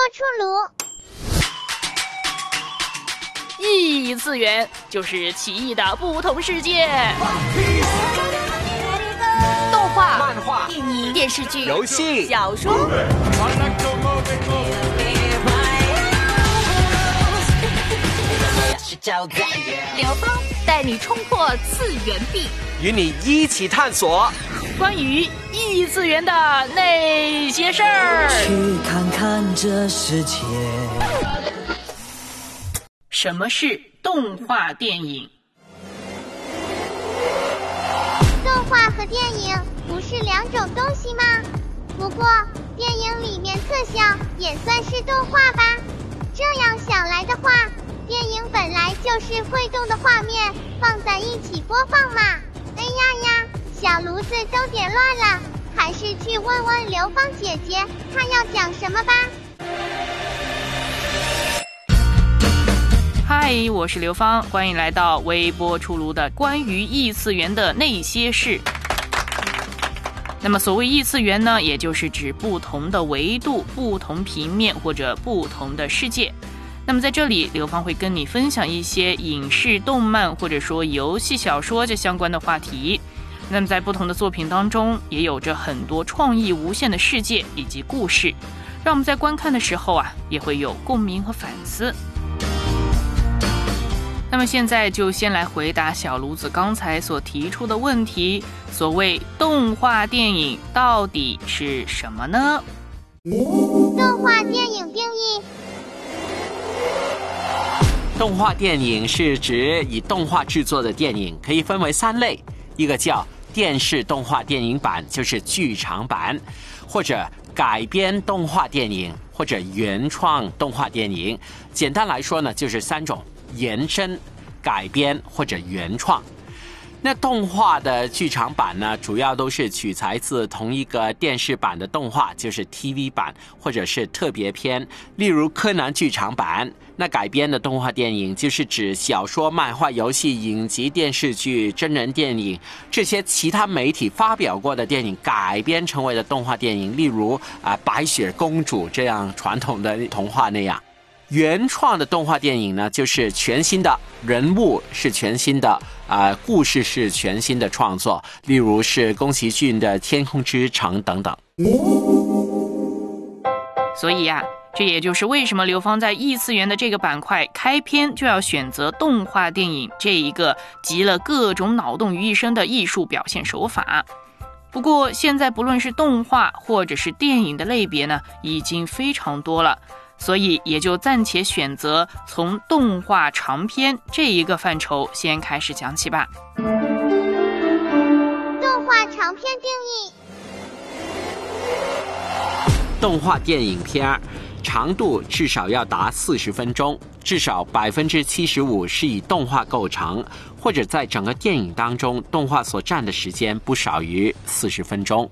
出炉。 异次元就是奇异的不同世界，动画、 漫画、 电影、电视剧、 游戏、 小说。刘芳带你冲破次元壁， 与你一起探索关于异次元的那些事儿。 去看看这世界。 什么是动画电影？ 动画和电影不是两种东西吗？不过电影里面特效也算是动画吧。这样想来的话，电影本来就是会动的画面放在一起播放嘛。哎呀，小炉子都点乱了，还是去问问刘芳姐姐她要讲什么吧。 嗨，我是刘芳，欢迎来到微波出炉的关于异次元的那些事。那么所谓异次元呢，也就是指不同的维度、不同平面或者不同的世界。那么在这里，刘芳会跟你分享一些影视、动漫或者说游戏、小说这相关的话题。那么在不同的作品当中，也有着很多创意无限的世界以及故事，让我们在观看的时候啊，也会有共鸣和反思。那么现在就先来回答小炉子刚才所提出的问题，所谓动画电影到底是什么呢？ 动画电影定义： 动画电影是指以动画制作的电影，可以分为3类，一个叫电视动画电影版，就是剧场版，或者改编动画电影，或者原创动画电影。简单来说呢，就是3种：延伸、改编或者原创。那动画的剧场版呢，主要都是取材自同一个电视版的动画，就是 TV 版或者是特别篇，例如柯南剧场版。那改编的动画电影就是指小说、漫画、游戏、影集、电视剧、真人电影这些其他媒体发表过的电影改编成为的动画电影，例如白雪公主这样传统的童话那样。原创的动画电影呢，就是全新的人物，是全新的故事是全新的创作，例如是宫崎骏的《天空之城》等等。 所以啊，这也就是为什么刘芳在异次元的这个板块开篇就要选择动画电影这一个集了各种脑洞于一身的艺术表现手法。不过现在不论是动画或者是电影的类别呢，已经非常多了，所以也就暂且选择从动画长篇这一个范畴先开始讲起吧。 动画长篇定义： 动画电影片长度至少要达40分钟，至少75%是以动画构成，或者在整个电影当中，动画所占的时间不少于40分钟。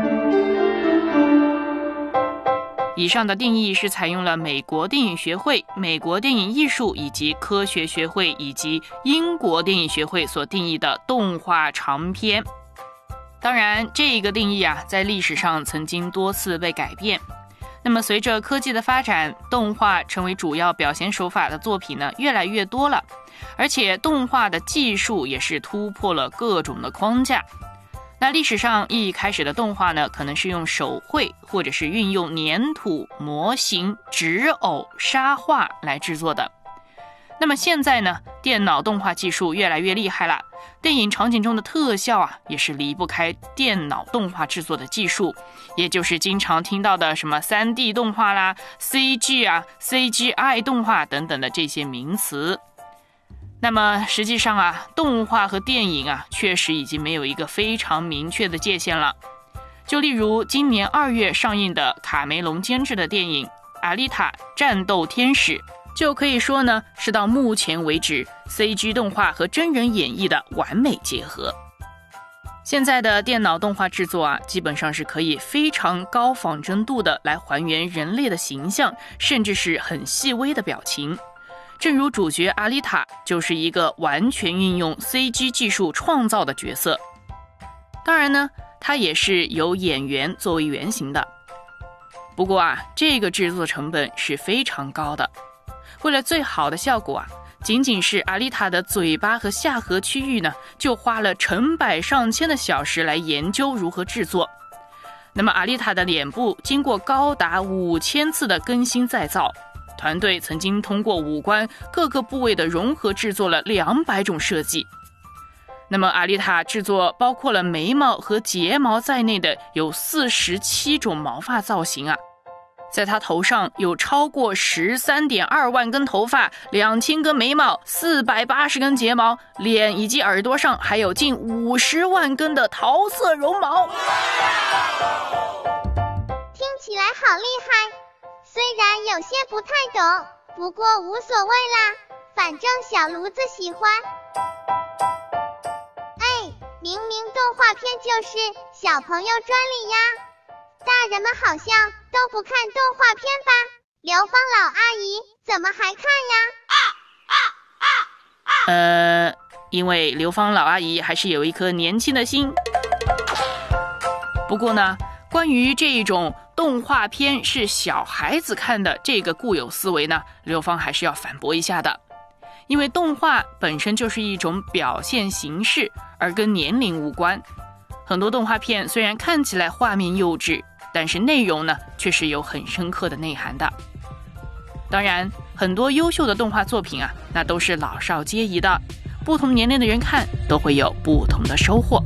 以上的定义是采用了美国电影学会、美国电影艺术以及科学学会以及英国电影学会所定义的动画长篇。当然，这个定义啊，在历史上曾经多次被改变。那么随着科技的发展，动画成为主要表现手法的作品呢，越来越多了，而且动画的技术也是突破了各种的框架。那历史上一开始的动画呢，可能是用手绘或者是运用粘土、模型、纸偶、沙画来制作的。那么现在呢，电脑动画技术越来越厉害了，电影场景中的特效啊，也是离不开电脑动画制作的技术，也就是经常听到的什么 3D 动画啦、CG 啊、CGI 动画等等的这些名词。那么实际上啊，动画和电影啊，确实已经没有一个非常明确的界限了。就例如今年2月上映的卡梅隆监制的电影《阿丽塔：战斗天使》，就可以说呢，是到目前为止 CG 动画和真人演绎的完美结合。现在的电脑动画制作啊，基本上是可以非常高仿真度的来还原人类的形象，甚至是很细微的表情。正如主角阿丽塔就是一个完全运用 CG 技术创造的角色。当然呢，它也是由演员作为原型的。 不过这个制作成本是非常高的。为了最好的效果仅仅是阿丽塔的嘴巴和下颌区域呢，就花了成百上千的小时来研究如何制作。那么阿丽塔的脸部经过高达5000次的更新再造，团队曾经通过五官各个部位的融合制作了200种设计。那么阿丽塔制作包括了眉毛和睫毛在内的有47种毛发造型在她头上有超过13.2万根头发，2000根眉毛，480根睫毛，脸以及耳朵上还有近50万根的桃色绒毛。 听起来好厉害，虽然有些不太懂，不过无所谓啦，反正小炉子喜欢。明明动画片就是小朋友专利呀，大人们好像都不看动画片吧？刘芳老阿姨怎么还看呀？因为刘芳老阿姨还是有一颗年轻的心。不过呢，关于这种动画片是小孩子看的这个固有思维呢，刘芳还是要反驳一下的。因为动画本身就是一种表现形式，而跟年龄无关。很多动画片虽然看起来画面幼稚，但是内容呢却是有很深刻的内涵的。当然，很多优秀的动画作品那都是老少皆宜的，不同年龄的人看都会有不同的收获。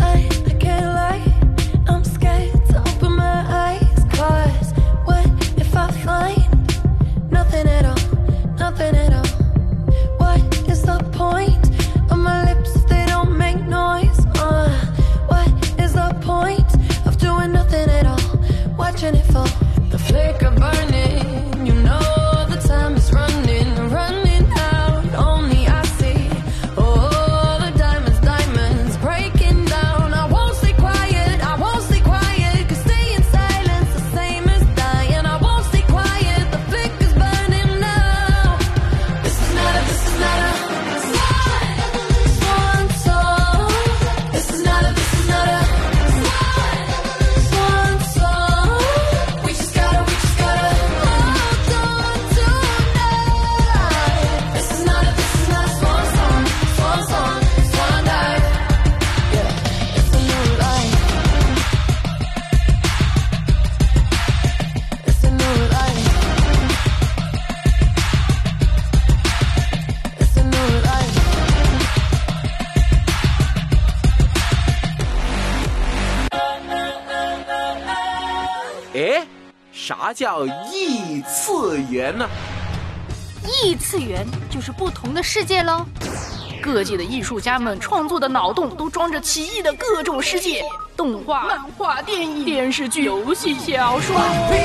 啥叫异次元呢？ 异次元就是不同的世界咯。 各界的艺术家们创作的脑洞都装着奇异的各种世界，动画、漫画、电影、电视剧、游戏、小说。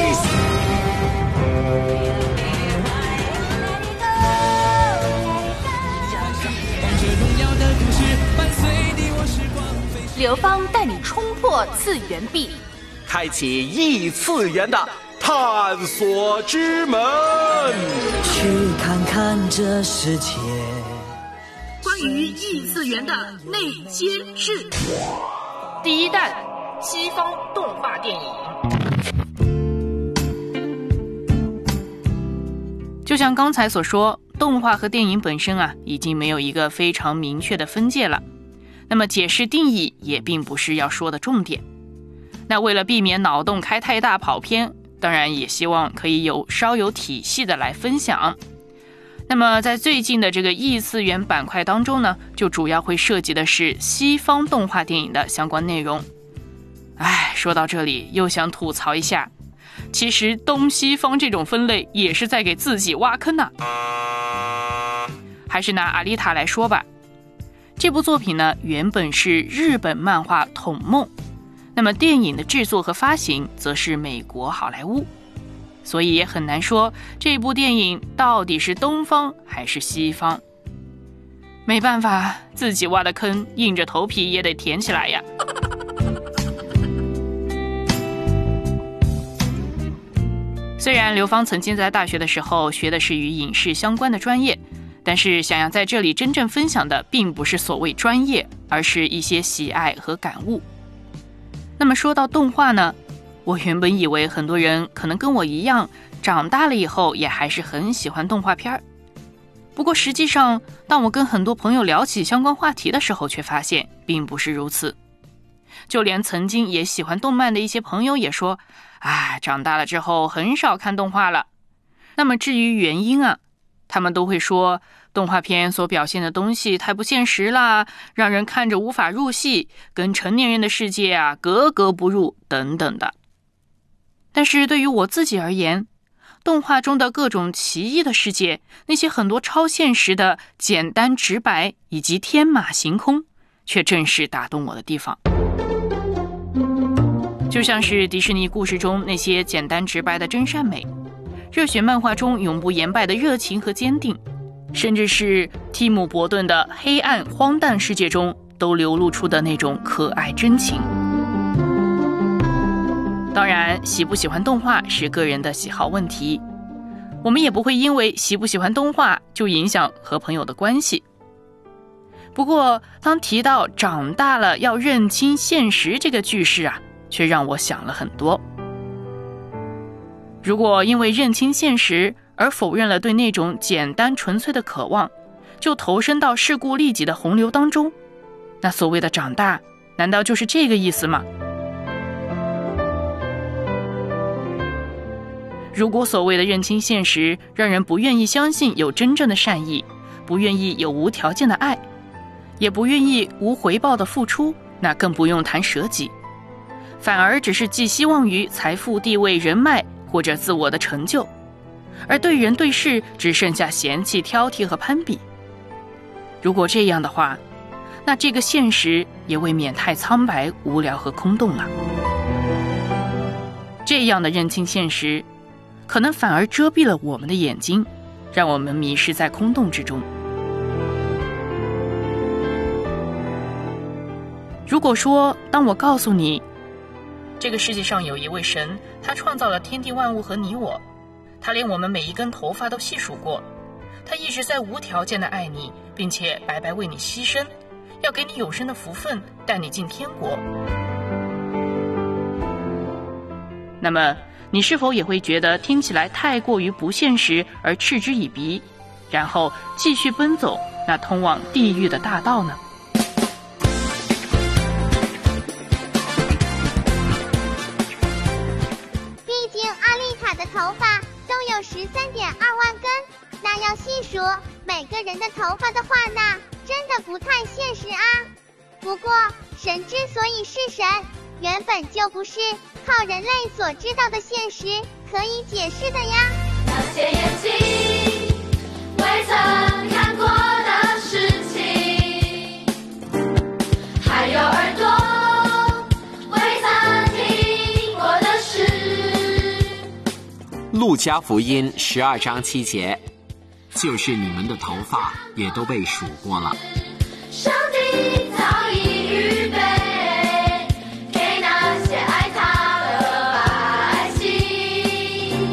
刘芳带你冲破次元壁， 开启异次元的探索之门， 去看看这世界。 关于异次元的那些事。第一弹，西方动画电影。就像刚才所说，动画和电影本身已经没有一个非常明确的分界了。那么解释定义也并不是要说的重点。那为了避免脑洞开太大跑偏，当然也希望可以稍有体系的来分享。那么在最近的这个异次元板块当中呢，就主要会涉及的是西方动画电影的相关内容。说到这里又想吐槽一下，其实东西方这种分类也是在给自己挖坑呢。还是拿阿丽塔来说吧，这部作品呢原本是日本漫画统梦，那么电影的制作和发行则是美国好莱坞，所以也很难说这部电影到底是东方还是西方。没办法，自己挖的坑硬着头皮也得填起来呀。虽然刘芳曾经在大学的时候学的是与影视相关的专业，但是想要在这里真正分享的并不是所谓专业，而是一些喜爱和感悟。那么说到动画呢， 我原本以为很多人可能跟我一样，长大了以后也还是很喜欢动画片。不过实际上，当我跟很多朋友聊起相关话题的时候，却发现并不是如此。就连曾经也喜欢动漫的一些朋友也说，长大了之后很少看动画了。那么至于原因啊，他们都会说动画片所表现的东西太不现实啦，让人看着无法入戏，跟成年人的世界格格不入等等的。但是对于我自己而言，动画中的各种奇异的世界，那些很多超现实的简单直白以及天马行空，却正是打动我的地方。就像是迪士尼故事中那些简单直白的真善美，热血漫画中永不言败的热情和坚定，甚至是蒂姆·伯顿的黑暗荒诞世界中都流露出的那种可爱真情。当然，喜不喜欢动画是个人的喜好问题，我们也不会因为喜不喜欢动画就影响和朋友的关系。不过，当提到长大了要认清现实这个句式却让我想了很多。如果因为认清现实而否认了对那种简单纯粹的渴望，就投身到世故利己的洪流当中，那所谓的长大，难道就是这个意思吗？如果所谓的认清现实让人不愿意相信有真正的善意，不愿意有无条件的爱，也不愿意无回报的付出，那更不用谈舍己，反而只是寄希望于财富、地位、人脉或者自我的成就，而对人对事只剩下嫌弃、挑剔和攀比。如果这样的话，那这个现实也未免太苍白、无聊和空洞了。这样的认清现实，可能反而遮蔽了我们的眼睛，让我们迷失在空洞之中。如果说，当我告诉你，这个世界上有一位神，他创造了天地万物和你我，他连我们每一根头发都细数过，他一直在无条件的爱你，并且白白为你牺牲，要给你有生的福分，带你进天国。那么你是否也会觉得听起来太过于不现实而嗤之以鼻，然后继续奔走那通往地狱的大道呢？ 毕竟阿丽塔的头发都有13.2万根，那要细数每个人的头发的话，那真的不太现实啊。不过神之所以是神，原本就不是靠人类所知道的现实可以解释的呀。 那些眼睛未曾看过的事情，还有耳朵未曾听过的事。 路加福音12章7节，就是你们的头发也都被数过了。 上帝早已预备给那些爱他的百姓，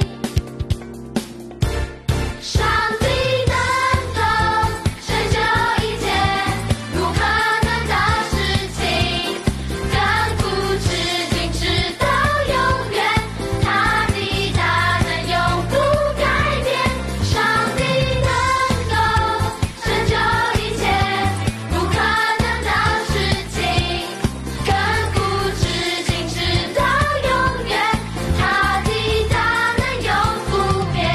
上帝能够成就一切不可能的事情，亘古至今直到永远，他的大能永不改变，上帝能够成就一切不可能的事情，亘古至今直到永远，他的大能永不变。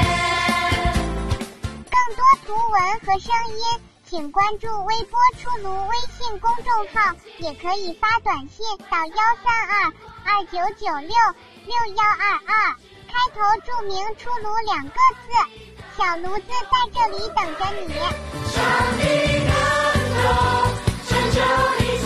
更多图文和声音，请关注微波出炉微信公众号，也可以发短信到13229966122，开头注明出炉2个字，小炉子在这里等着你。 上帝能够成就一切。